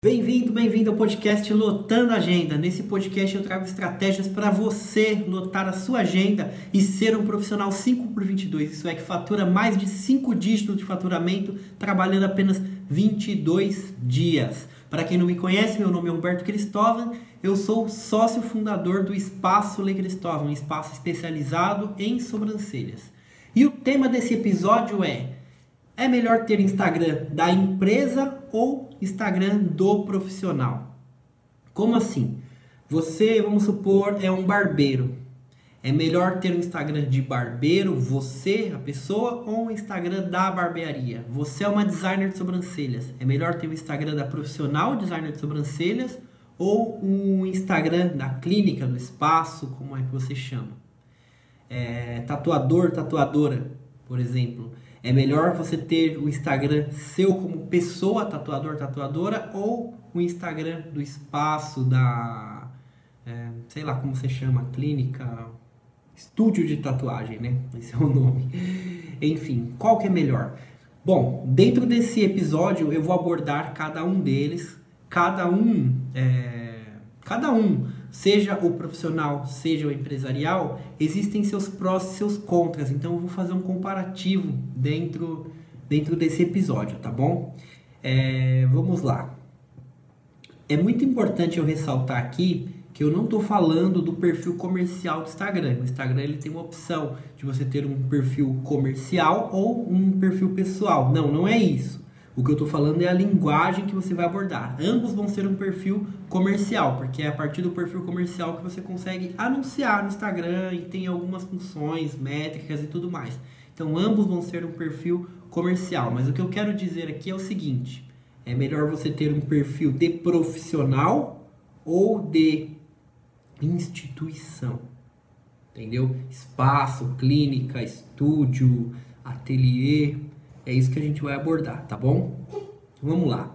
Bem-vindo ao podcast Lotando Agenda. Nesse podcast eu trago estratégias para você lotar a sua agenda e ser um profissional 5x22. Isso é, que fatura mais de 5 dígitos de faturamento trabalhando apenas 22 dias. Para quem não me conhece, meu nome é Humberto Cristóvão. Eu sou sócio fundador do Espaço Le Cristóvão, um espaço especializado em sobrancelhas. E o tema desse episódio é melhor ter Instagram da empresa ou Instagram do profissional? Como assim? Você, vamos supor, é um barbeiro. É melhor ter um Instagram de barbeiro, você, a pessoa, ou um Instagram da barbearia? Você é uma designer de sobrancelhas. É melhor ter um Instagram da profissional designer de sobrancelhas ou um Instagram da clínica, do espaço, como é que você chama? Tatuador, tatuadora, por exemplo. É melhor você ter o Instagram seu como pessoa, tatuador, tatuadora, ou o Instagram do espaço, sei lá como você chama, clínica, estúdio de tatuagem, né? Esse é o nome. Enfim, qual que é melhor? Bom, dentro desse episódio eu vou abordar cada um deles, cada um, seja o profissional, seja o empresarial, existem seus prós e seus contras. Então eu vou fazer um comparativo dentro desse episódio, tá bom? Vamos lá. É muito importante eu ressaltar aqui que eu não estou falando do perfil comercial do Instagram. O Instagram ele tem uma opção de você ter um perfil comercial ou um perfil pessoal. Não é isso. O que eu estou falando é a linguagem que você vai abordar. Ambos vão ser um perfil comercial, porque é a partir do perfil comercial que você consegue anunciar no Instagram e tem algumas funções, métricas e tudo mais. Então, ambos vão ser um perfil comercial. Mas o que eu quero dizer aqui é o seguinte: é melhor você ter um perfil de profissional ou de instituição. Entendeu? Espaço, clínica, estúdio, ateliê. É isso que a gente vai abordar, tá bom? Vamos lá.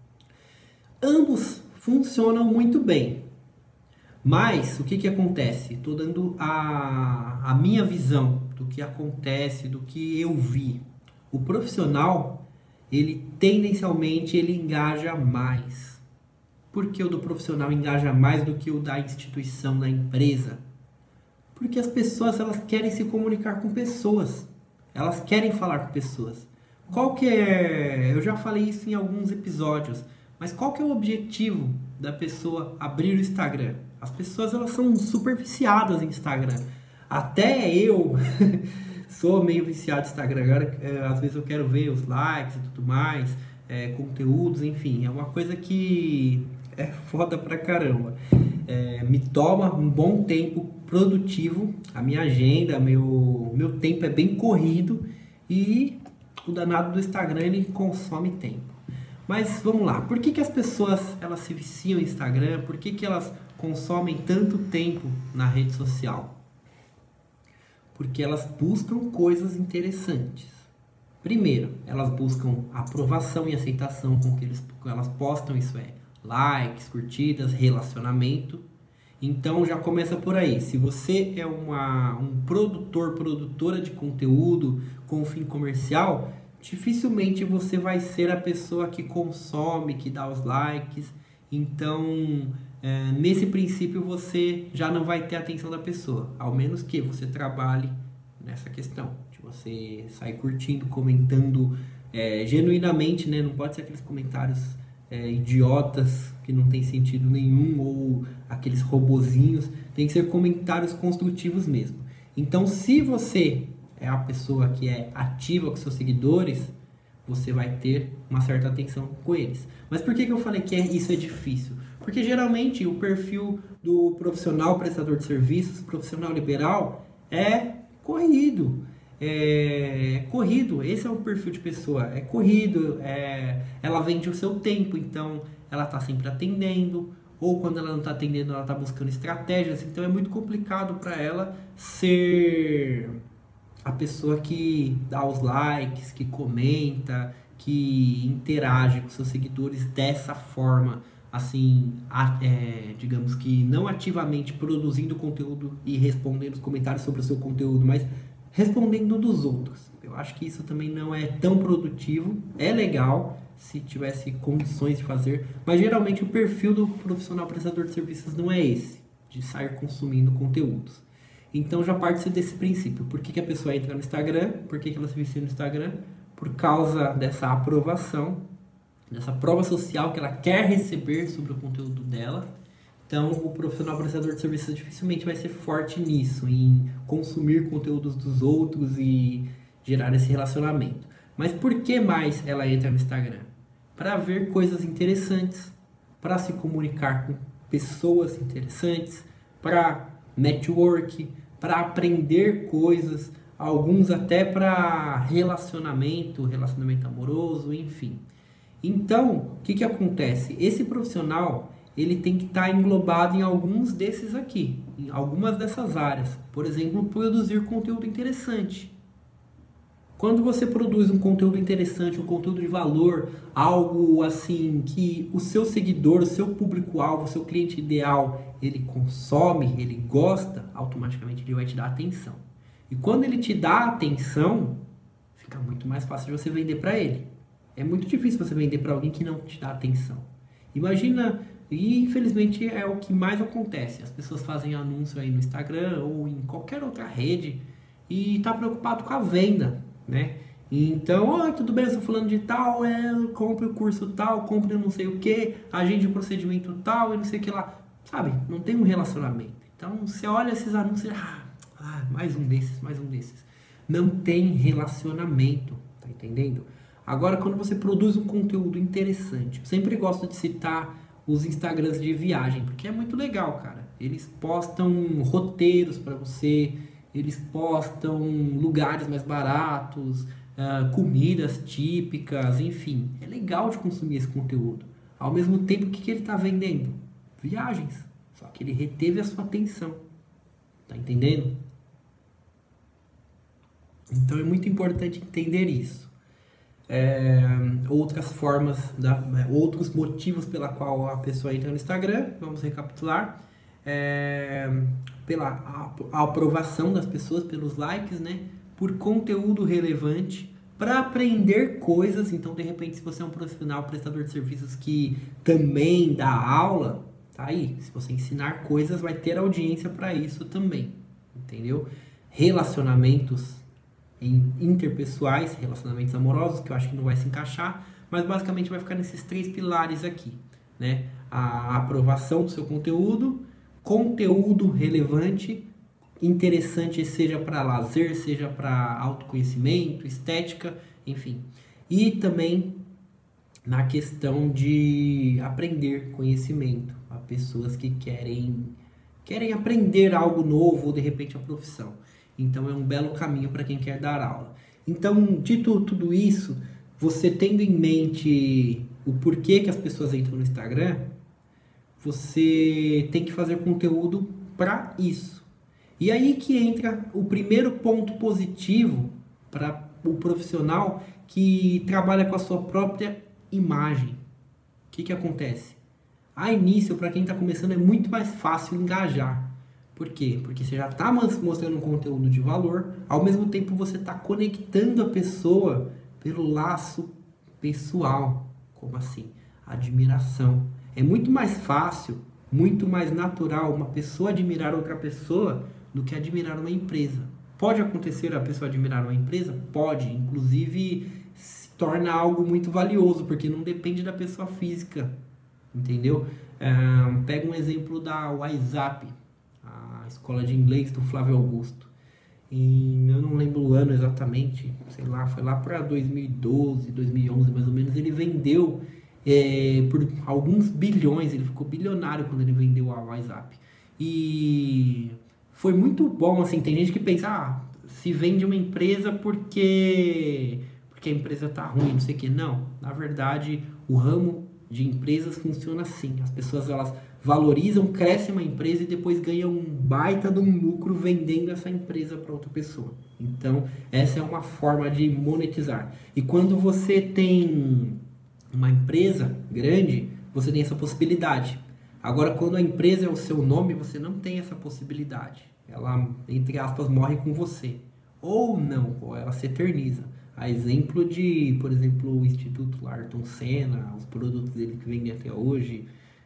Ambos funcionam muito bem. Mas o que acontece? Estou dando a minha visão do que acontece, do que eu vi. O profissional, ele tendencialmente ele engaja mais. Por que o do profissional engaja mais do que o da instituição, da empresa? Porque as pessoas elas querem se comunicar com pessoas. Elas querem falar com pessoas. Qual que é... Eu já falei isso em alguns episódios. Mas qual que é o objetivo da pessoa abrir o Instagram? As pessoas elas são super viciadas em Instagram. Até eu sou meio viciado em Instagram. Agora, às vezes eu quero ver os likes e tudo mais, conteúdos, enfim. É uma coisa que é foda pra caramba. Me toma um bom tempo produtivo. A minha agenda, meu tempo é bem corrido. E o danado do Instagram ele consome tempo. Mas vamos lá, por que as pessoas elas se viciam em Instagram? Por que elas consomem tanto tempo na rede social? Porque elas buscam coisas interessantes. Primeiro, elas buscam aprovação e aceitação com que elas postam, isso é, likes, curtidas, relacionamento. Então já começa por aí. Se você é um produtora de conteúdo com fim comercial, dificilmente você vai ser a pessoa que consome, que dá os likes. Então, nesse princípio, você já não vai ter a atenção da pessoa. Ao menos que você trabalhe nessa questão. De você sair curtindo, comentando genuinamente, né? Não pode ser aqueles comentários idiotas que não tem sentido nenhum ou aqueles robozinhos. Tem que ser comentários construtivos mesmo. Então, se você é a pessoa que é ativa com seus seguidores, você vai ter uma certa atenção com eles. Mas por que eu falei que isso é difícil? Porque geralmente o perfil do profissional prestador de serviços, profissional liberal, é corrido. Esse é o perfil de pessoa, é corrido, ela vende o seu tempo, então ela está sempre atendendo, ou quando ela não está atendendo, ela está buscando estratégias, então é muito complicado para ela ser a pessoa que dá os likes, que comenta, que interage com seus seguidores dessa forma, assim, digamos que não ativamente produzindo conteúdo e respondendo os comentários sobre o seu conteúdo, mas respondendo dos outros. Eu acho que isso também não é tão produtivo. É legal, se tivesse condições de fazer, mas geralmente o perfil do profissional prestador de serviços não é esse, de sair consumindo conteúdos. Então já parte desse princípio. Por que a pessoa entra no Instagram? Por que ela se vicia no Instagram? Por causa dessa aprovação, dessa prova social que ela quer receber sobre o conteúdo dela. Então o profissional prestador de serviços dificilmente vai ser forte nisso, em consumir conteúdos dos outros e gerar esse relacionamento. Mas por que mais ela entra no Instagram? Para ver coisas interessantes, para se comunicar com pessoas interessantes, para network, para aprender coisas, alguns até para relacionamento amoroso, enfim. Então, o que acontece? Esse profissional, ele tem que estar englobado em alguns desses aqui, em algumas dessas áreas. Por exemplo, produzir conteúdo interessante. Quando você produz um conteúdo interessante, um conteúdo de valor, algo assim que o seu seguidor, o seu público-alvo, o seu cliente ideal, ele consome, ele gosta, automaticamente ele vai te dar atenção. E quando ele te dá atenção, fica muito mais fácil de você vender para ele. É muito difícil você vender para alguém que não te dá atenção. Imagina, e infelizmente é o que mais acontece. As pessoas fazem anúncio aí no Instagram ou em qualquer outra rede e tá preocupado com a venda, né? Então, tudo bem, eu sou fulano de tal, compre o curso tal, compre não sei o que, agende o procedimento tal e não sei o que lá. Sabe? Não tem um relacionamento. Então, você olha esses anúncios, mais um desses. Não tem relacionamento, tá entendendo? Agora, quando você produz um conteúdo interessante, eu sempre gosto de citar os Instagrams de viagem, porque é muito legal, cara. Eles postam roteiros para você, eles postam lugares mais baratos, comidas típicas, enfim. É legal de consumir esse conteúdo. Ao mesmo tempo, o que ele está vendendo? Viagens. Só que ele reteve a sua atenção. Tá entendendo? Então é muito importante entender isso. Outras formas, outros motivos pela qual a pessoa entra no Instagram, vamos recapitular. Pela aprovação das pessoas, pelos likes, né? Por conteúdo relevante, para aprender coisas. Então, de repente, se você é um profissional, prestador de serviços que também dá aula, tá aí. Se você ensinar coisas, vai ter audiência para isso também, entendeu? Relacionamentos interpessoais, relacionamentos amorosos, que eu acho que não vai se encaixar, mas basicamente vai ficar nesses 3 pilares aqui, né? A aprovação do seu conteúdo relevante, interessante, seja para lazer, seja para autoconhecimento, estética, enfim. E também na questão de aprender conhecimento, a pessoas que querem aprender algo novo ou de repente a profissão. Então é um belo caminho para quem quer dar aula. Então, dito tudo isso, você tendo em mente o porquê que as pessoas entram no Instagram, você tem que fazer conteúdo para isso. E aí que entra o primeiro ponto positivo para o profissional que trabalha com a sua própria imagem. O que acontece? A início, para quem está começando, é muito mais fácil engajar. Por quê? Porque você já está mostrando um conteúdo de valor, ao mesmo tempo você está conectando a pessoa pelo laço pessoal. Como assim? Admiração. É muito mais fácil, muito mais natural uma pessoa admirar outra pessoa do que admirar uma empresa. Pode acontecer a pessoa admirar uma empresa? Pode. Inclusive, se torna algo muito valioso, porque não depende da pessoa física. Entendeu? Pega um exemplo da WhatsApp, a escola de inglês do Flávio Augusto. Eu não lembro o ano exatamente, sei lá, foi lá para 2012, 2011 mais ou menos. Ele vendeu por alguns bilhões, ele ficou bilionário quando ele vendeu a WhatsApp. E foi muito bom, assim, tem gente que pensa, se vende uma empresa porque a empresa tá ruim, não sei o que. Não, na verdade, o ramo de empresas funciona assim. As pessoas, elas valorizam, crescem uma empresa e depois ganham um baita de um lucro vendendo essa empresa para outra pessoa. Então, essa é uma forma de monetizar. E quando você tem uma empresa grande, você tem essa possibilidade. Agora, quando a empresa é o seu nome, você não tem essa possibilidade. Ela, entre aspas, morre com você. Ou não, ou ela se eterniza. A exemplo de, por exemplo, o Instituto Ayrton Senna, os produtos dele que vendem até hoje.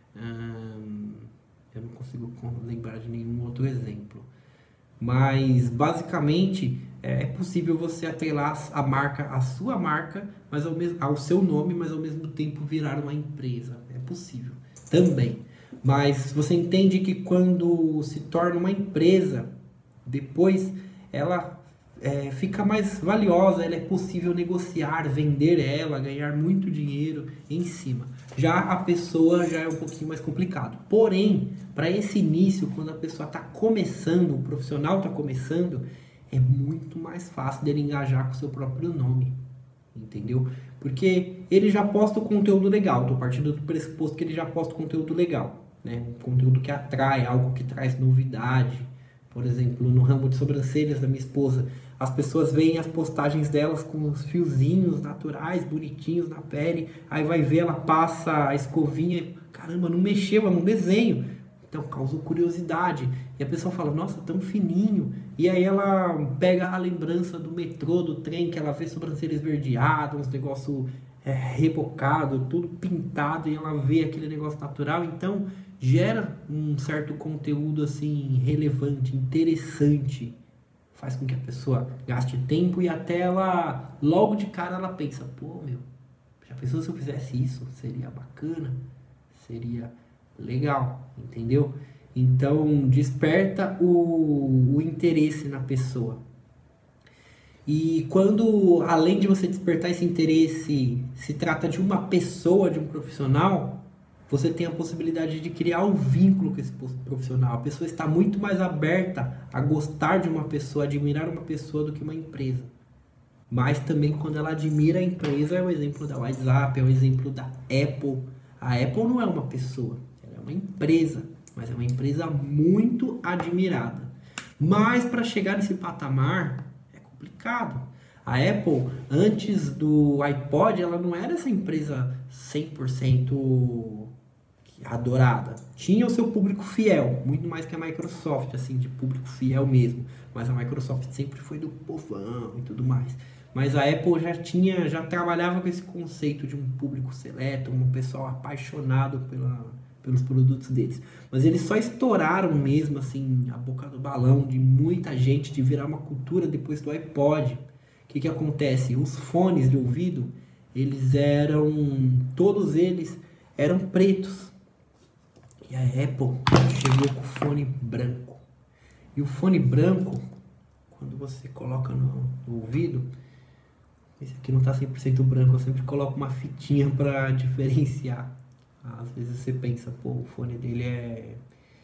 Eu não consigo lembrar de nenhum outro exemplo. Mas, basicamente, é possível você atrelar a marca, a sua marca, mas ao seu nome, mas ao mesmo tempo virar uma empresa. É possível também. Mas você entende que quando se torna uma empresa, depois ela fica mais valiosa, ela é possível negociar, vender ela, ganhar muito dinheiro em cima. Já a pessoa já é um pouquinho mais complicado. Porém, para esse início, quando a pessoa está começando, o profissional está começando, é muito mais fácil dele engajar com o seu próprio nome. Entendeu? Porque ele já posta o conteúdo legal. Estou partindo do pressuposto que ele já posta o conteúdo legal, né? Um conteúdo que atrai, algo que traz novidade. Por exemplo, no ramo de sobrancelhas da minha esposa, as pessoas veem as postagens delas com os fiozinhos naturais, bonitinhos na pele. Aí vai ver, ela passa a escovinha, caramba, não mexeu, é um desenho. Então causou curiosidade. E a pessoa fala, nossa, tão fininho. E aí ela pega a lembrança do metrô, do trem, que ela vê sobrancelha esverdeada, uns negócios rebocado, tudo pintado, e ela vê aquele negócio natural. Então gera um certo conteúdo assim relevante, interessante. Faz com que a pessoa gaste tempo e até ela, logo de cara, ela pensa, pô, meu, já pensou se eu fizesse isso? Seria bacana, seria legal, entendeu? Então, desperta o interesse na pessoa. E quando, além de você despertar esse interesse, se trata de uma pessoa, de um profissional, você tem a possibilidade de criar um vínculo com esse profissional. A pessoa está muito mais aberta a gostar de uma pessoa, admirar uma pessoa do que uma empresa. Mas também quando ela admira a empresa, é o exemplo da WhatsApp, é o exemplo da Apple. A Apple não é uma pessoa, ela é uma empresa, mas é uma empresa muito admirada. Mas para chegar nesse patamar é complicado. A Apple, antes do iPod, ela não era essa empresa 100% adorada. Tinha o seu público fiel, muito mais que a Microsoft, assim, de público fiel mesmo. Mas a Microsoft sempre foi do povão e tudo mais. Mas a Apple já trabalhava com esse conceito de um público seleto, um pessoal apaixonado pelos produtos deles. Mas eles só estouraram mesmo, assim, a boca do balão de muita gente, de virar uma cultura depois do iPod. O que acontece? Os fones de ouvido, todos eles eram pretos. E a Apple chegou com o fone branco. E o fone branco, quando você coloca no ouvido, esse aqui não está 100% branco, eu sempre coloco uma fitinha para diferenciar. Às vezes você pensa, pô, o fone dele é...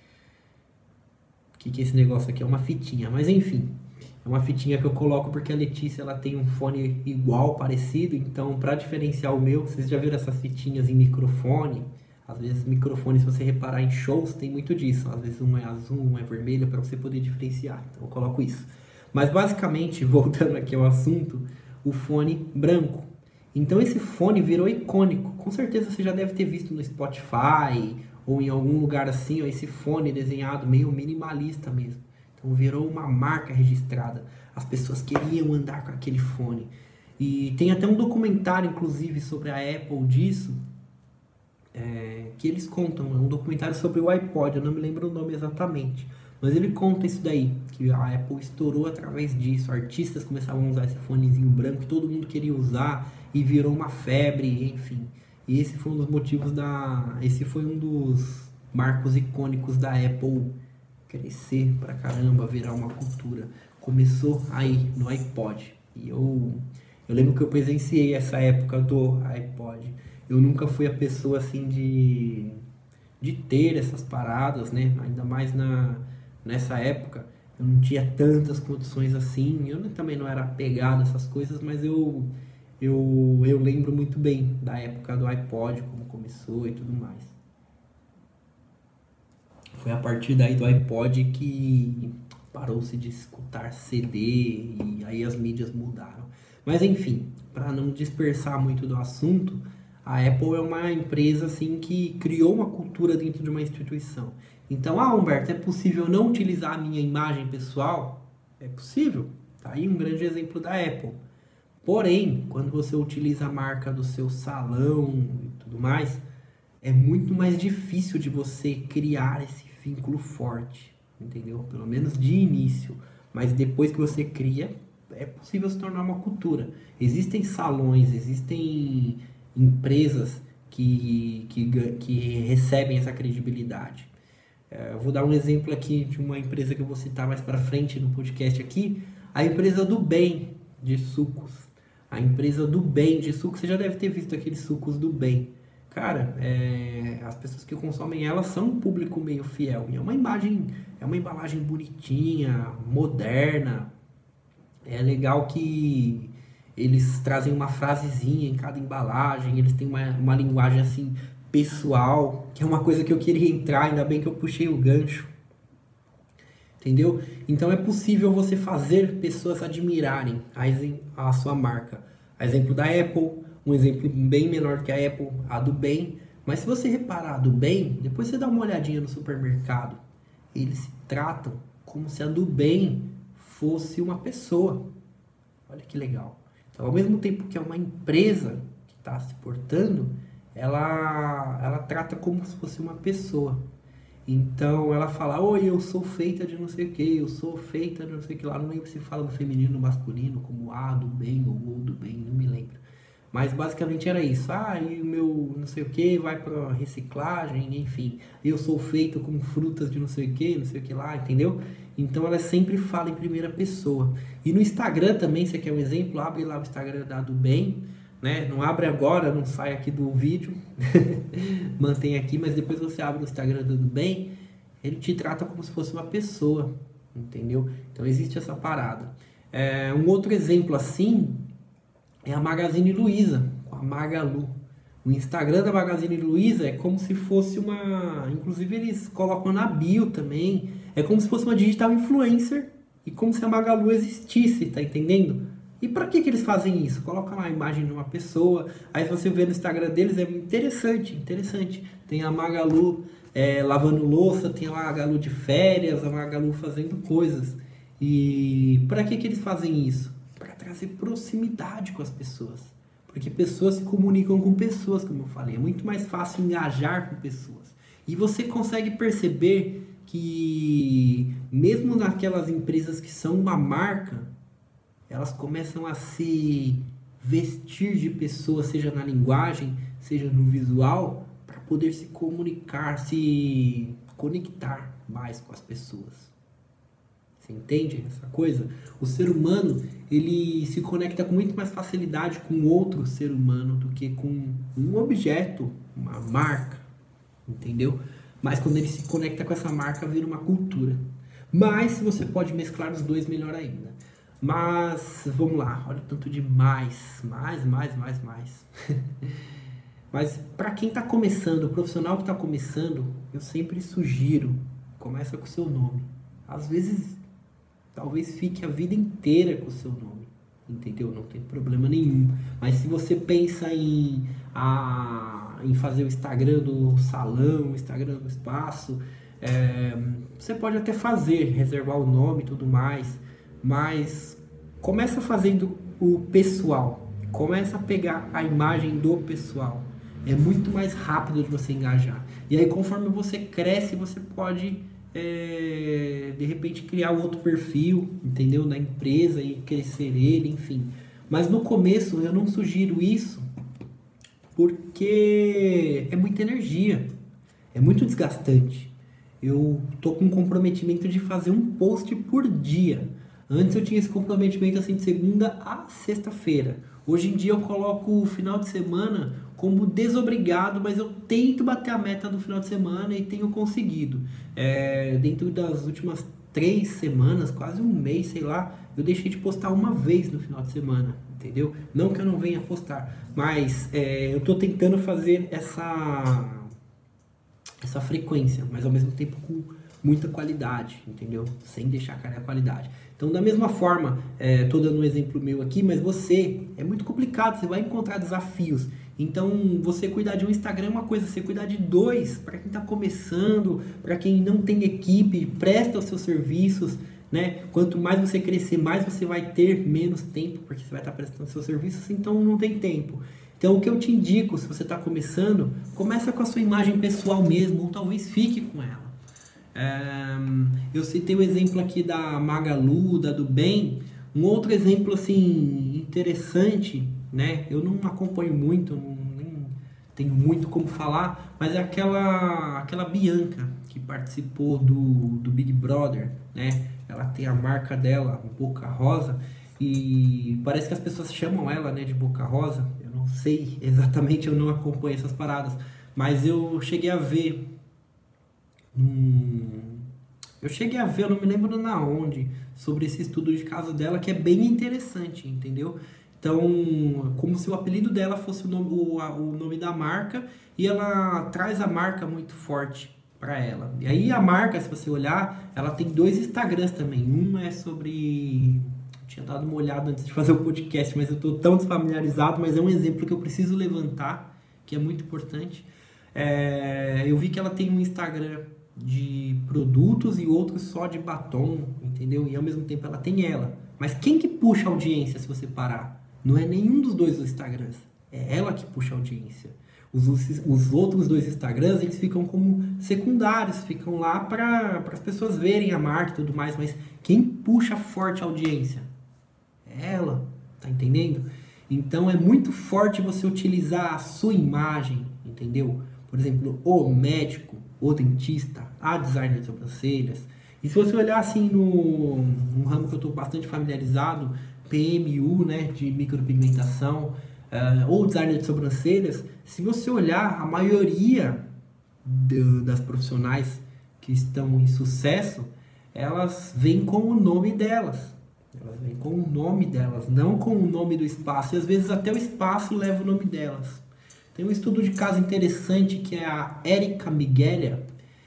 O que é esse negócio aqui? É uma fitinha, mas enfim... É uma fitinha que eu coloco porque a Letícia ela tem um fone igual, parecido. Então, para diferenciar o meu, vocês já viram essas fitinhas em microfone? Às vezes, microfone, se você reparar em shows, tem muito disso. Às vezes, um é azul, um é vermelho, para você poder diferenciar. Então, eu coloco isso. Mas, basicamente, voltando aqui ao assunto, o fone branco. Então, esse fone virou icônico. Com certeza, você já deve ter visto no Spotify ou em algum lugar assim, ó, esse fone desenhado meio minimalista mesmo. Então virou uma marca registrada. As pessoas queriam andar com aquele fone. E tem até um documentário, inclusive, sobre a Apple disso, que eles contam. É um documentário sobre o iPod, eu não me lembro o nome exatamente. Mas ele conta isso daí, que a Apple estourou através disso. Artistas começavam a usar esse fonezinho branco, que todo mundo queria usar, e virou uma febre, enfim. E esse foi um dos motivos Esse foi um dos marcos icônicos da Apple crescer pra caramba, virar uma cultura. Começou aí no iPod. E eu lembro que eu presenciei essa época do iPod. Eu nunca fui a pessoa assim de ter essas paradas, né? Ainda mais nessa época. Eu não tinha tantas condições assim. Eu também não era apegado a essas coisas, mas eu lembro muito bem da época do iPod, como começou e tudo mais. Foi a partir daí do iPod que parou-se de escutar CD e aí as mídias mudaram. Mas enfim, para não dispersar muito do assunto, a Apple é uma empresa assim que criou uma cultura dentro de uma instituição. Então, Humberto, é possível não utilizar a minha imagem pessoal? É possível. Tá aí um grande exemplo da Apple. Porém, quando você utiliza a marca do seu salão e tudo mais, é muito mais difícil de você criar esse vínculo forte, entendeu? Pelo menos de início. Mas depois que você cria, é possível se tornar uma cultura. Existem salões, existem empresas que recebem essa credibilidade. Eu vou dar um exemplo aqui de uma empresa que eu vou citar mais para frente no podcast aqui, a empresa do Bem de sucos. A empresa do Bem de sucos, você já deve ter visto aqueles sucos do Bem. Cara, as pessoas que consomem elas são um público meio fiel. E é uma embalagem bonitinha, moderna. É legal que eles trazem uma frasezinha em cada embalagem, eles têm uma linguagem assim pessoal, que é uma coisa que eu queria entrar, ainda bem que eu puxei o gancho. Entendeu? Então é possível você fazer pessoas admirarem a sua marca. A exemplo da Apple, um exemplo bem menor que a Apple, a do Bem. Mas se você reparar a do Bem, depois você dá uma olhadinha no supermercado, eles se tratam como se a do Bem fosse uma pessoa. Olha que legal. Então, ao mesmo tempo que é uma empresa que está se portando, ela trata como se fosse uma pessoa. Então ela fala, oi, eu sou feita de não sei o que, eu sou feita de não sei o que lá. Não lembro se fala no feminino, no masculino, como A do bem ou O do bem, não me lembro. Mas basicamente era isso. E o meu não sei o que vai para reciclagem, enfim. Eu sou feito com frutas de não sei o que lá, entendeu? Então ela sempre fala em primeira pessoa. E no Instagram também, você quer um exemplo? Abre lá o Instagram da do bem. Né? Não abre agora, não sai aqui do vídeo, mantém aqui, mas depois você abre o Instagram do Bem, ele te trata como se fosse uma pessoa, entendeu? Então existe essa parada. Um outro exemplo assim é a Magazine Luiza, com a Magalu. O Instagram da Magazine Luiza é como se fosse inclusive eles colocam na bio também, é como se fosse uma digital influencer e como se a Magalu existisse, tá entendendo? E para que eles fazem isso? Coloca lá a imagem de uma pessoa, aí você vê no Instagram deles, é interessante. Tem a Magalu lavando louça, tem lá a Magalu de férias, a Magalu fazendo coisas. E para que eles fazem isso? Para trazer proximidade com as pessoas. Porque pessoas se comunicam com pessoas, como eu falei. É muito mais fácil engajar com pessoas. E você consegue perceber que mesmo naquelas empresas que são uma marca, elas começam a se vestir de pessoas, seja na linguagem, seja no visual, para poder se comunicar, se conectar mais com as pessoas. Você entende essa coisa? O ser humano, ele se conecta com muito mais facilidade com outro ser humano do que com um objeto, uma marca, entendeu? Mas quando ele se conecta com essa marca, vira uma cultura. Mas se você pode mesclar os dois, melhor ainda. Mas, vamos lá, olha o tanto de mais. Mas para quem está começando, o profissional que está começando, eu sempre sugiro, começa com o seu nome. Às vezes, talvez fique a vida inteira com o seu nome, entendeu? Não tem problema nenhum. Mas se você pensa em fazer o Instagram do salão, o Instagram do espaço, você pode até fazer, reservar o nome e tudo mais. Mas começa fazendo o pessoal, começa a pegar a imagem do pessoal, é muito mais rápido de você engajar. E aí conforme você cresce, você pode de repente criar outro perfil, entendeu? Na empresa e crescer ele, enfim. Mas no começo eu não sugiro isso, porque é muita energia, é muito desgastante. Eu tô com um comprometimento de fazer um post por dia. Antes eu tinha esse comprometimento assim de segunda a sexta-feira. Hoje em dia eu coloco o final de semana como desobrigado, mas eu tento bater a meta do final de semana e tenho conseguido. Dentro das últimas 3 semanas, quase um mês, sei lá, eu deixei de postar uma vez no final de semana, entendeu? Não que eu não venha postar, mas eu tô tentando fazer essa frequência, mas ao mesmo tempo com muita qualidade, entendeu? Sem deixar cair a qualidade. Então, da mesma forma, estou dando um exemplo meu aqui, mas é muito complicado, você vai encontrar desafios. Então, você cuidar de um Instagram é uma coisa, você cuidar de 2, para quem está começando, para quem não tem equipe, presta os seus serviços, né? Quanto mais você crescer, mais você vai ter menos tempo, porque você vai estar prestando seus serviços, então não tem tempo. Então, o que eu te indico, se você está começando, começa com a sua imagem pessoal mesmo, ou talvez fique com ela. Eu citei o exemplo aqui da Magalu, da do Bem. Um outro exemplo assim interessante, né? Eu não acompanho muito, nem tenho muito como falar, mas é aquela Bianca que participou do Big Brother, né? Ela tem a marca dela, Boca Rosa, e parece que as pessoas chamam ela, né, de Boca Rosa. Eu não sei exatamente, eu não acompanho essas paradas, mas eu cheguei a ver. Eu não me lembro na onde, sobre esse estudo de caso dela, que é bem interessante, entendeu? Então, como se o apelido dela fosse o nome da marca, e ela traz a marca muito forte para ela. E aí a marca, se você olhar, ela tem 2 Instagrams também. Um é sobre... Eu tinha dado uma olhada antes de fazer o podcast, mas eu estou tão desfamiliarizado, mas é um exemplo que eu preciso levantar, que é muito importante. Eu vi que ela tem um Instagram de produtos e outros só de batom, entendeu? E ao mesmo tempo ela tem ela. Mas quem que puxa a audiência, se você parar? Não é nenhum dos 2 Instagrams. É ela que puxa a audiência. Os outros 2 Instagrams, eles ficam como secundários, ficam lá para as pessoas verem a marca e tudo mais, mas quem puxa forte a audiência? É ela, tá entendendo? Então é muito forte você utilizar a sua imagem, entendeu? Por exemplo, o médico, o dentista, a designer de sobrancelhas. E se você olhar assim no ramo que eu estou bastante familiarizado, PMU, né, de micropigmentação, ou designer de sobrancelhas, se você olhar, a maioria das profissionais que estão em sucesso, elas vêm com o nome delas. Elas vêm com o nome delas, não com o nome do espaço. E às vezes até o espaço leva o nome delas. Tem um estudo de caso interessante que é a Erika Miguelia.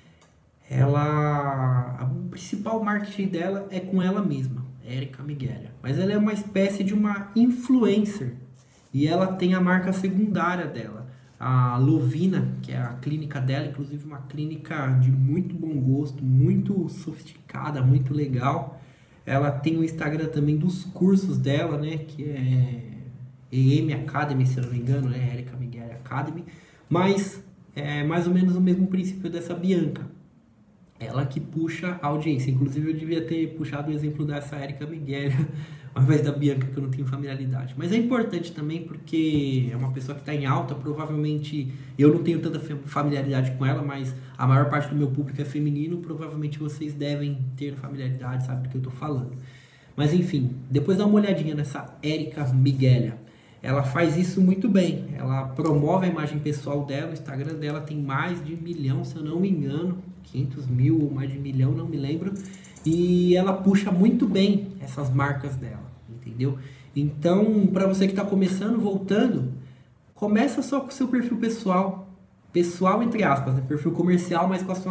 O principal marketing dela é com ela mesma, Erika Miguelia. Mas ela é uma espécie de uma influencer. E ela tem a marca secundária dela, a Lovina, que é a clínica dela, inclusive uma clínica de muito bom gosto, muito sofisticada, muito legal. Ela tem o Instagram também dos cursos dela, né, que é EM Academy, se eu não me engano, né, Erika Miguelia Academy, mas é mais ou menos o mesmo princípio dessa Bianca. Ela que puxa a audiência. Inclusive eu devia ter puxado o exemplo dessa Erika Miguelia ao invés da Bianca, que eu não tenho familiaridade. Mas é importante também porque é uma pessoa que está em alta. Provavelmente eu não tenho tanta familiaridade com ela, mas a maior parte do meu público é feminino. Provavelmente vocês devem ter familiaridade, sabe do que eu estou falando. Mas enfim, depois dá uma olhadinha nessa Erika Miguelia. Ela faz isso muito bem. Ela promove a imagem pessoal dela. O Instagram dela tem mais de 1 milhão, se eu não me engano. 500 mil ou mais de 1 milhão, não me lembro. E ela puxa muito bem essas marcas dela, entendeu? Então, para você que está começando, voltando, começa só com o seu perfil pessoal. Pessoal, entre aspas, né? Perfil comercial, mas com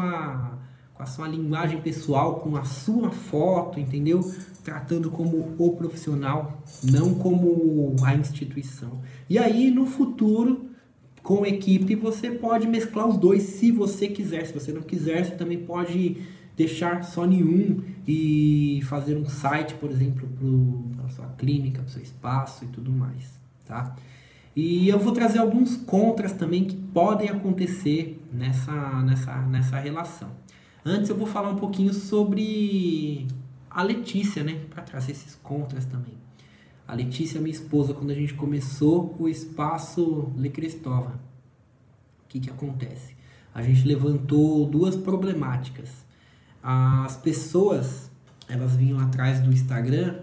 a sua linguagem pessoal, com a sua foto, entendeu? Tratando como o profissional, não como a instituição. E aí, no futuro, com equipe, você pode mesclar os dois, se você quiser. Se você não quiser, você também pode deixar só nenhum e fazer um site, por exemplo, para a sua clínica, para o seu espaço e tudo mais, tá? E eu vou trazer alguns contras também que podem acontecer nessa relação. Antes eu vou falar um pouquinho sobre a Letícia, né? Para trazer esses contras também. A Letícia, minha esposa, quando a gente começou o espaço Le Cristóvão, o que acontece? A gente levantou 2 problemáticas. As pessoas, elas vinham atrás do Instagram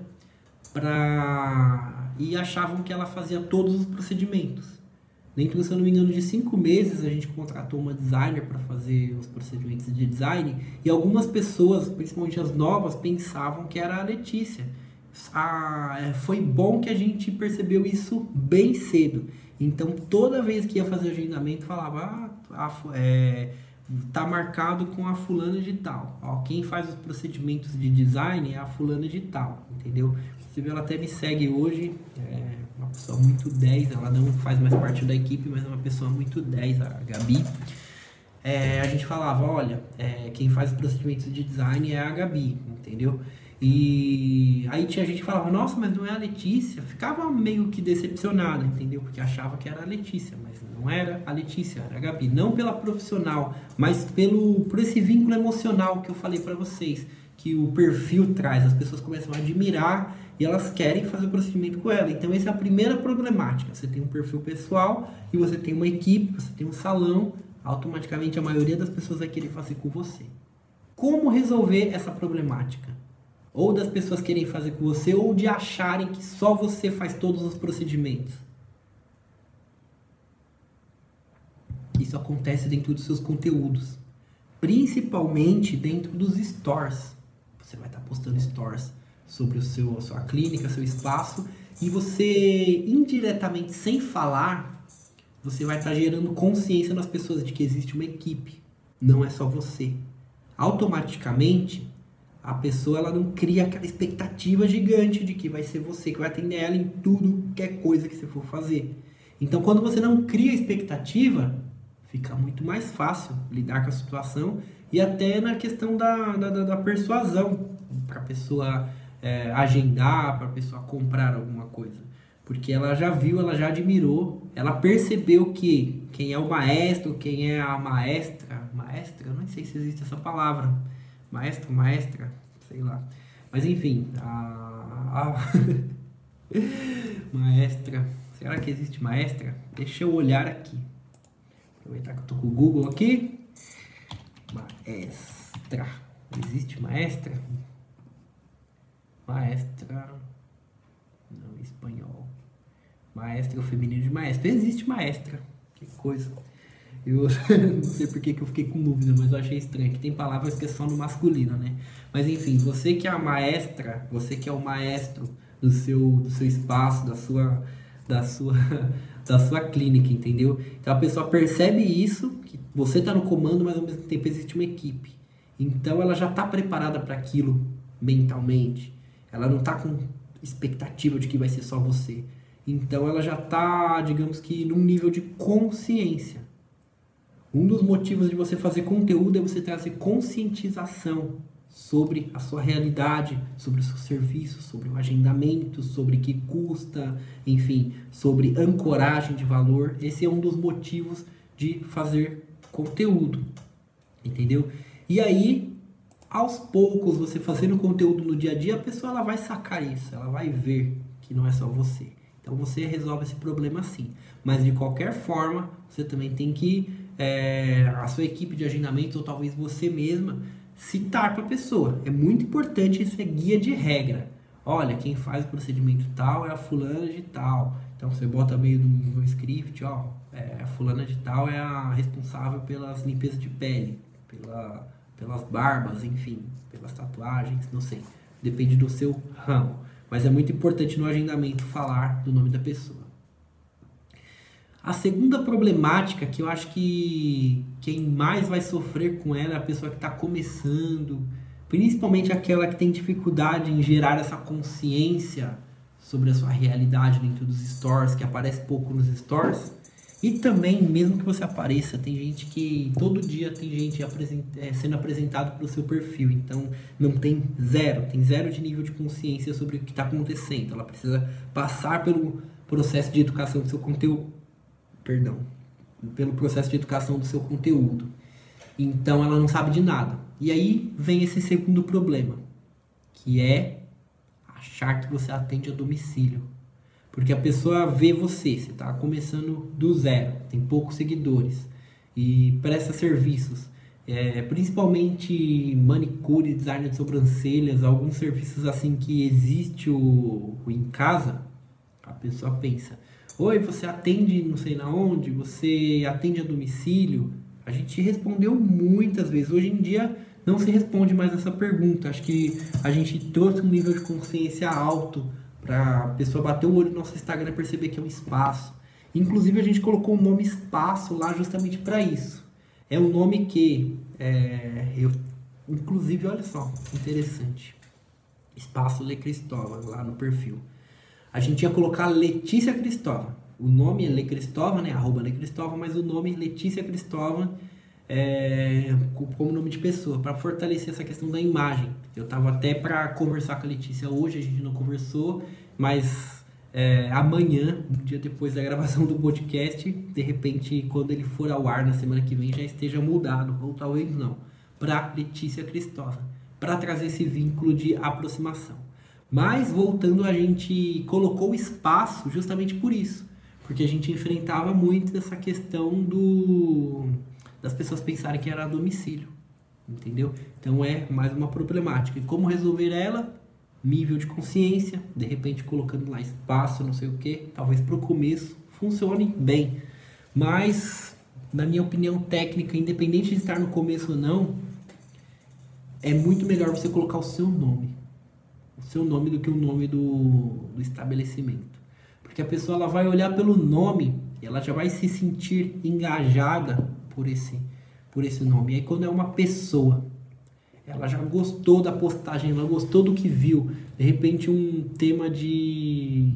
e achavam que ela fazia todos os procedimentos. Dentro, se eu não me engano, de 5 meses, a gente contratou uma designer para fazer os procedimentos de design, e algumas pessoas, principalmente as novas, pensavam que era a Letícia. Foi bom que a gente percebeu isso bem cedo. Então, toda vez que ia fazer agendamento, falava, tá marcado com a fulana de tal. Ó, quem faz os procedimentos de design é a fulana de tal, entendeu? Inclusive, ela até me segue hoje, é uma pessoa muito 10, ela não faz mais parte da equipe, mas é uma pessoa muito 10, a Gabi. a gente falava, olha, quem faz os procedimentos de design é a Gabi, entendeu? E aí tinha gente que falava, nossa, mas não é a Letícia. Ficava meio que decepcionado, entendeu? Porque achava que era a Letícia, mas não era a Letícia, era a Gabi. Não pela profissional, mas por esse vínculo emocional que eu falei pra vocês, que o perfil traz. As pessoas começam a admirar e elas querem fazer o procedimento com ela. Então essa é a primeira problemática. Você tem um perfil pessoal e você tem uma equipe, você tem um salão, automaticamente a maioria das pessoas vai querer fazer com você. Como resolver essa problemática? Ou das pessoas querem fazer com você, ou de acharem que só você faz todos os procedimentos. Isso acontece dentro dos seus conteúdos. Principalmente dentro dos stores. Você vai estar postando stores sobre a sua clínica, seu espaço. E você, indiretamente, sem falar, você vai estar gerando consciência nas pessoas de que existe uma equipe. Não é só você. Automaticamente, a pessoa ela não cria aquela expectativa gigante de que vai ser você que vai atender ela em tudo, qualquer coisa que você for fazer. Então, quando você não cria expectativa, fica muito mais fácil lidar com a situação e até na questão da persuasão, para a pessoa agendar, para a pessoa comprar alguma coisa. Porque ela já viu, ela já admirou, ela percebeu que quem é o maestro, quem é a maestra, eu não sei se existe essa palavra, maestro, maestra, sei lá. Mas enfim, maestra, será que existe maestra? Deixa eu olhar aqui. Aproveitar que eu tô com o Google aqui. Maestra. Existe maestra? Maestra. Não, espanhol. Maestra, o feminino de maestra. Existe maestra. Que coisa. Eu não sei porque que eu fiquei com dúvida, mas eu achei estranho. Que tem palavras que é só no masculino, né? Mas enfim, você que é a maestra, você que é o maestro do seu espaço, da sua clínica, entendeu? Então a pessoa percebe isso, que você está no comando, mas ao mesmo tempo existe uma equipe. Então ela já está preparada para aquilo mentalmente. Ela não está com expectativa de que vai ser só você. Então ela já está, digamos que, num nível de consciência. Um dos motivos de você fazer conteúdo é você trazer conscientização sobre a sua realidade, sobre o seu serviço, sobre o agendamento, sobre o que custa, enfim, sobre ancoragem de valor. Esse é um dos motivos de fazer conteúdo, entendeu? E aí, aos poucos, você fazendo conteúdo no dia a dia, a pessoa ela vai sacar isso, ela vai ver que não é só você. Então você resolve esse problema assim. Mas de qualquer forma, você também tem que a sua equipe de agendamento ou talvez você mesma citar para a pessoa. É muito importante, isso é guia de regra. Olha, quem faz o procedimento tal é a fulana de tal. Então você bota meio no script, a fulana de tal é a responsável pelas limpezas de pele, pelas barbas, enfim, pelas tatuagens, não sei. Depende do seu ramo. Mas é muito importante no agendamento falar do nome da pessoa. A segunda problemática, que eu acho que quem mais vai sofrer com ela é a pessoa que está começando, principalmente aquela que tem dificuldade em gerar essa consciência sobre a sua realidade dentro dos stores, que aparece pouco nos stores. E também, mesmo que você apareça, tem gente que todo dia tem gente sendo apresentado pelo seu perfil, então não tem zero de nível de consciência sobre o que está acontecendo. Ela precisa passar pelo processo de educação do seu conteúdo, pelo processo de educação do seu conteúdo. Então ela não sabe de nada. E aí vem esse segundo problema, que é achar que você atende a domicílio. Porque a pessoa vê você está começando do zero, tem poucos seguidores e presta serviços, principalmente manicure, design de sobrancelhas, alguns serviços assim que existe o em casa. A pessoa pensa, oi, você atende não sei na onde, você atende a domicílio? A gente respondeu muitas vezes, hoje em dia não se responde mais essa pergunta. Acho que a gente trouxe um nível de consciência alto para a pessoa bater o olho no nosso Instagram e perceber que é um espaço. Inclusive a gente colocou o nome espaço lá justamente para isso. É um nome que inclusive, olha só, interessante. Espaço Le Cristóvão lá no perfil. A gente ia colocar Letícia Cristóvão. O nome é Le Cristóvão, né? @Le Cristóvão, mas o nome Letícia Cristóvão como nome de pessoa, para fortalecer essa questão da imagem. Eu estava até para conversar com a Letícia hoje, a gente não conversou, mas amanhã, um dia depois da gravação do podcast, de repente, quando ele for ao ar na semana que vem, já esteja mudado, ou talvez não, para Letícia Cristóvão, para trazer esse vínculo de aproximação. Mas, voltando, a gente colocou o espaço justamente por isso, porque a gente enfrentava muito essa questão das pessoas pensarem que era a domicílio, entendeu? Então é mais uma problemática. E como resolver ela? Nível de consciência, de repente colocando lá espaço, não sei o que, talvez para o começo funcione bem. Mas, na minha opinião técnica, independente de estar no começo ou não, é muito melhor você colocar o seu nome do que o nome do estabelecimento. Porque a pessoa ela vai olhar pelo nome e ela já vai se sentir engajada por esse nome. E aí quando é uma pessoa, ela já gostou da postagem, ela gostou do que viu. De repente um tema de...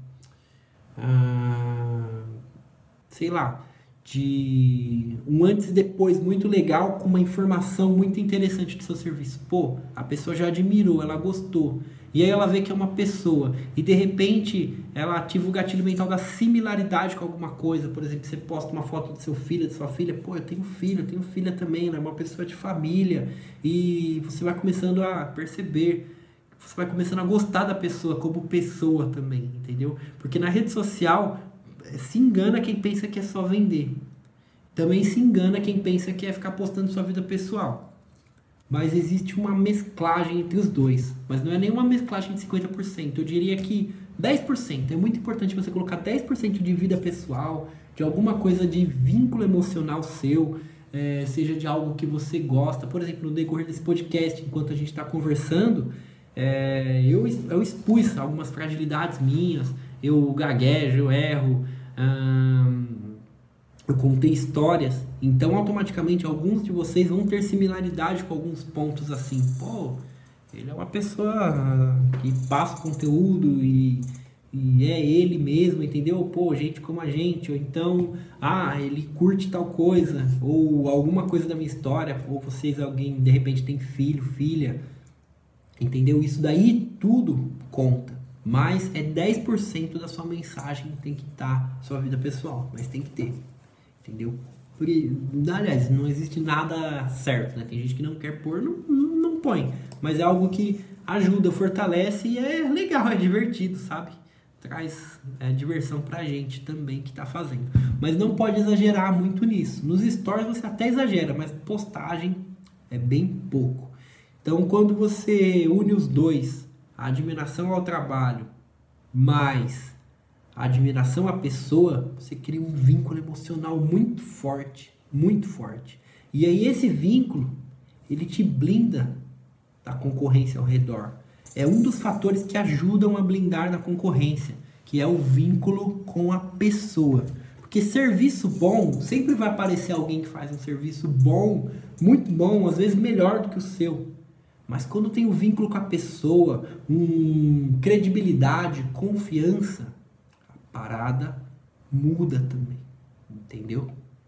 sei lá, de um antes e depois muito legal, com uma informação muito interessante do seu serviço. Pô, a pessoa já admirou, ela gostou. E aí ela vê que é uma pessoa. E de repente ela ativa o gatilho mental da similaridade com alguma coisa. Por exemplo, você posta uma foto do seu filho, da sua filha. Pô, eu tenho filha também, ela é uma pessoa de família. E você vai começando a perceber, você vai começando a gostar da pessoa como pessoa também, entendeu? Porque na rede social se engana quem pensa que é só vender. Também se engana quem pensa que é ficar postando sua vida pessoal. Mas existe uma mesclagem entre os dois. Mas não é nenhuma mesclagem de 50%. Eu diria que 10%. É muito importante você colocar 10% de vida pessoal, de alguma coisa de vínculo emocional seu, seja de algo que você gosta. Por exemplo, no decorrer desse podcast, enquanto a gente está conversando, eu expus algumas fragilidades minhas. Eu gaguejo, eu erro, eu contei histórias, então automaticamente alguns de vocês vão ter similaridade com alguns pontos assim. Pô, ele é uma pessoa que passa conteúdo e é ele mesmo, entendeu? Pô, gente como a gente, ou então, ele curte tal coisa, ou alguma coisa da minha história, ou vocês, alguém de repente tem filho, filha, entendeu? Isso daí tudo conta. Mas é 10% da sua mensagem que tem que estar sua vida pessoal, mas tem que ter, entendeu? Porque, aliás, não existe nada certo, né? Tem gente que não quer pôr, não põe, mas é algo que ajuda, fortalece e é legal, é divertido, sabe? Traz diversão pra gente também que tá fazendo. Mas não pode exagerar muito nisso. Nos stories você até exagera, mas postagem é bem pouco. Então, quando você une os dois, a admiração ao trabalho, mais a admiração à pessoa, você cria um vínculo emocional muito forte, muito forte. E aí esse vínculo, ele te blinda da concorrência ao redor. É um dos fatores que ajudam a blindar da concorrência, que é o vínculo com a pessoa. Porque serviço bom, sempre vai aparecer alguém que faz um serviço bom, muito bom, às vezes melhor do que o seu. Mas quando tem um vínculo com a pessoa, credibilidade, confiança, a parada muda também, entendeu?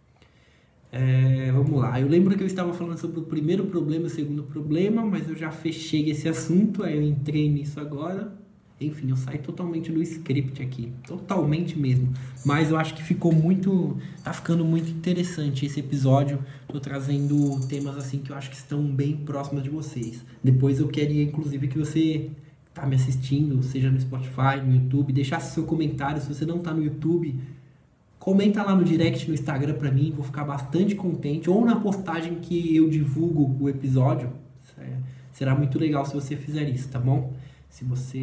Vamos lá, eu lembro que eu estava falando sobre o primeiro problema e o segundo problema, mas eu já fechei esse assunto, aí eu entrei nisso agora. Enfim, eu saí totalmente do script aqui, totalmente mesmo. Mas eu acho que tá ficando muito interessante esse episódio. Tô trazendo temas assim que eu acho que estão bem próximos de vocês. Depois eu queria, inclusive, que você tá me assistindo, seja no Spotify, no YouTube, deixasse seu comentário. Se você não tá no YouTube, comenta lá no direct, no Instagram pra mim, vou ficar bastante contente. Ou na postagem que eu divulgo o episódio. Será muito legal se você fizer isso, tá bom? Se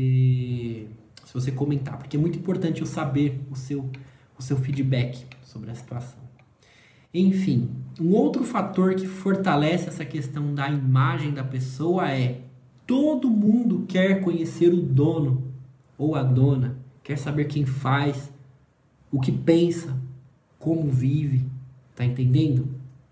você comentar, porque é muito importante eu saber o seu feedback sobre a situação. Enfim, um outro fator que fortalece essa questão da imagem da pessoa é: todo mundo quer conhecer o dono ou a dona, quer saber quem faz, o que pensa, como vive, tá entendendo?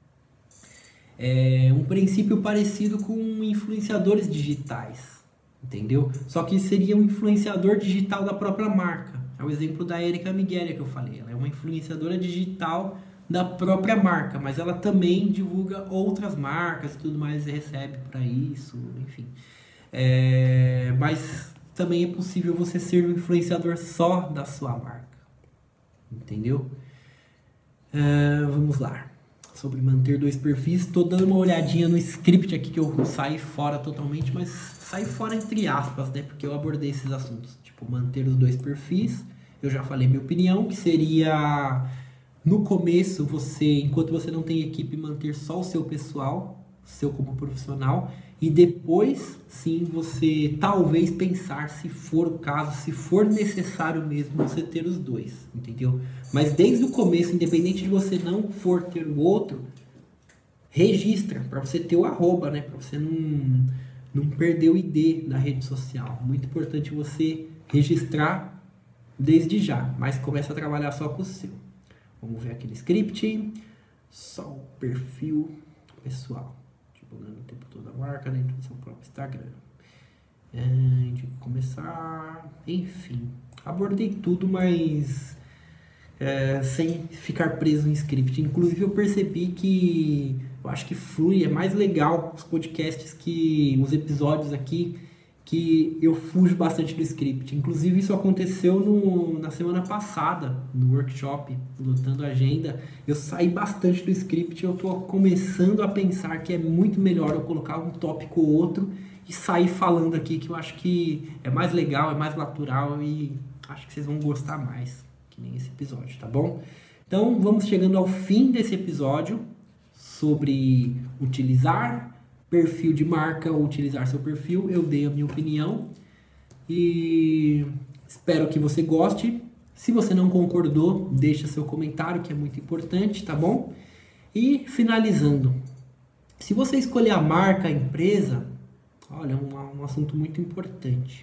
É um princípio parecido com influenciadores digitais. Entendeu? Só que seria um influenciador digital da própria marca. É o exemplo da Erika Miguel que eu falei. Ela é uma influenciadora digital da própria marca, mas ela também divulga outras marcas e tudo mais, e recebe para isso, enfim. Mas também é possível você ser um influenciador só da sua marca, entendeu? Vamos lá. Sobre manter 2 perfis, estou dando uma olhadinha no script aqui, que eu saí fora totalmente, mas saí fora entre aspas, né? Porque eu abordei esses assuntos, tipo, manter os 2 perfis. Eu já falei minha opinião, que seria, no começo, enquanto você não tem equipe, manter só o seu pessoal, seu como profissional, e depois, sim, você talvez pensar, se for o caso, se for necessário mesmo, você ter os 2, entendeu? Mas desde o começo, independente de você não for ter o outro, registra, para você ter o arroba, né? Para você não perder o ID da rede social. Muito importante você registrar desde já, mas começa a trabalhar só com o seu. Vamos ver aquele script, só o perfil pessoal. Divulgando o tempo todo a marca dentro do seu próprio Instagram. De começar, enfim, abordei tudo, mas sem ficar preso em script. Inclusive eu percebi que eu acho que flui, é mais legal os podcasts, que os episódios aqui, que eu fujo bastante do script. Inclusive isso aconteceu na semana passada, no workshop, lotando a agenda. Eu saí bastante do script e eu estou começando a pensar que é muito melhor eu colocar um tópico ou outro e sair falando aqui, que eu acho que é mais legal, é mais natural e acho que vocês vão gostar mais, que nem esse episódio, tá bom? Então vamos chegando ao fim desse episódio sobre utilizar perfil de marca ou utilizar seu perfil. Eu dei a minha opinião e espero que você goste. Se você não concordou, deixa seu comentário, que é muito importante, tá bom? E finalizando, se você escolher a marca, a empresa, olha, um assunto muito importante.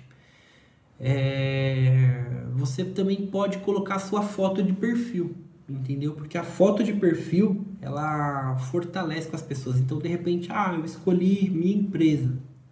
Você também pode colocar sua foto de perfil, entendeu? Porque a foto de perfil, ela fortalece com as pessoas. Então, de repente, eu escolhi minha empresa.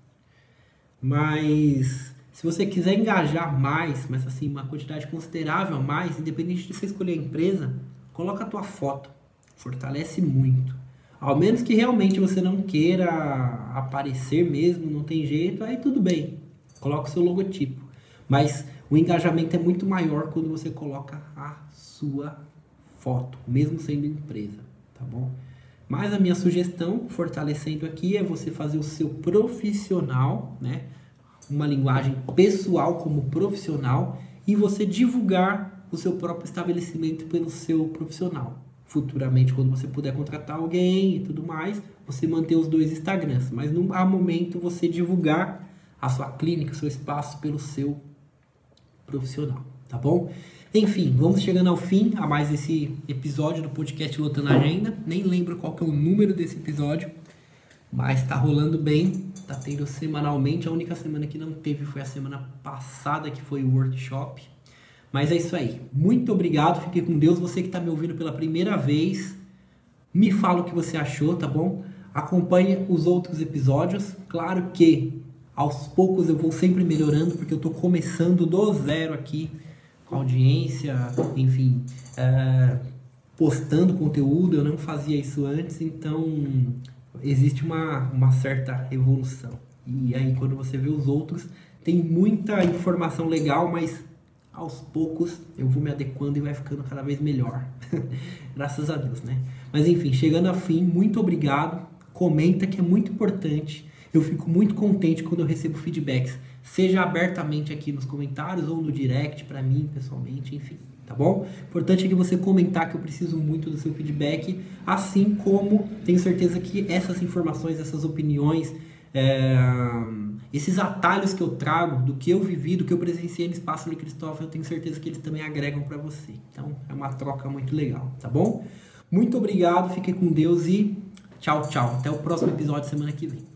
Mas, se você quiser engajar mais, mas assim, uma quantidade considerável a mais, independente de você escolher a empresa, coloca a tua foto. Fortalece muito. Ao menos que realmente você não queira aparecer mesmo, não tem jeito, aí tudo bem. Coloca o seu logotipo. Mas o engajamento é muito maior quando você coloca a sua foto, mesmo sendo empresa, tá bom? Mas a minha sugestão, fortalecendo aqui, é você fazer o seu profissional, né? Uma linguagem pessoal como profissional, e você divulgar o seu próprio estabelecimento pelo seu profissional. Futuramente, quando você puder contratar alguém e tudo mais, você manter os 2 Instagrams, mas no momento você divulgar a sua clínica, o seu espaço pelo seu profissional, tá bom? Enfim, vamos chegando ao fim a mais esse episódio do podcast Lotando a Agenda. Nem lembro qual que é o número desse episódio, mas tá rolando bem, tá tendo semanalmente. A única semana que não teve foi a semana passada, que foi o workshop. Mas é isso aí. Muito obrigado, fique com Deus. Você que tá me ouvindo pela primeira vez, me fala o que você achou, tá bom? Acompanhe os outros episódios. Claro que aos poucos eu vou sempre melhorando, porque eu tô começando do zero aqui, com audiência, enfim, postando conteúdo. Eu não fazia isso antes, então existe uma certa evolução. E aí quando você vê os outros, tem muita informação legal, mas aos poucos eu vou me adequando e vai ficando cada vez melhor. Graças a Deus, né? Mas enfim, chegando ao fim, muito obrigado. Comenta, que é muito importante. Eu fico muito contente quando eu recebo feedbacks, seja abertamente aqui nos comentários ou no direct para mim pessoalmente, enfim, tá bom? Importante é que você comentar, que eu preciso muito do seu feedback, assim como tenho certeza que essas informações, essas opiniões, esses atalhos que eu trago, do que eu vivi, do que eu presenciei no Espaço de Cristóvão, eu tenho certeza que eles também agregam para você. Então, é uma troca muito legal, tá bom? Muito obrigado, fique com Deus e tchau, tchau. Até o próximo episódio semana que vem.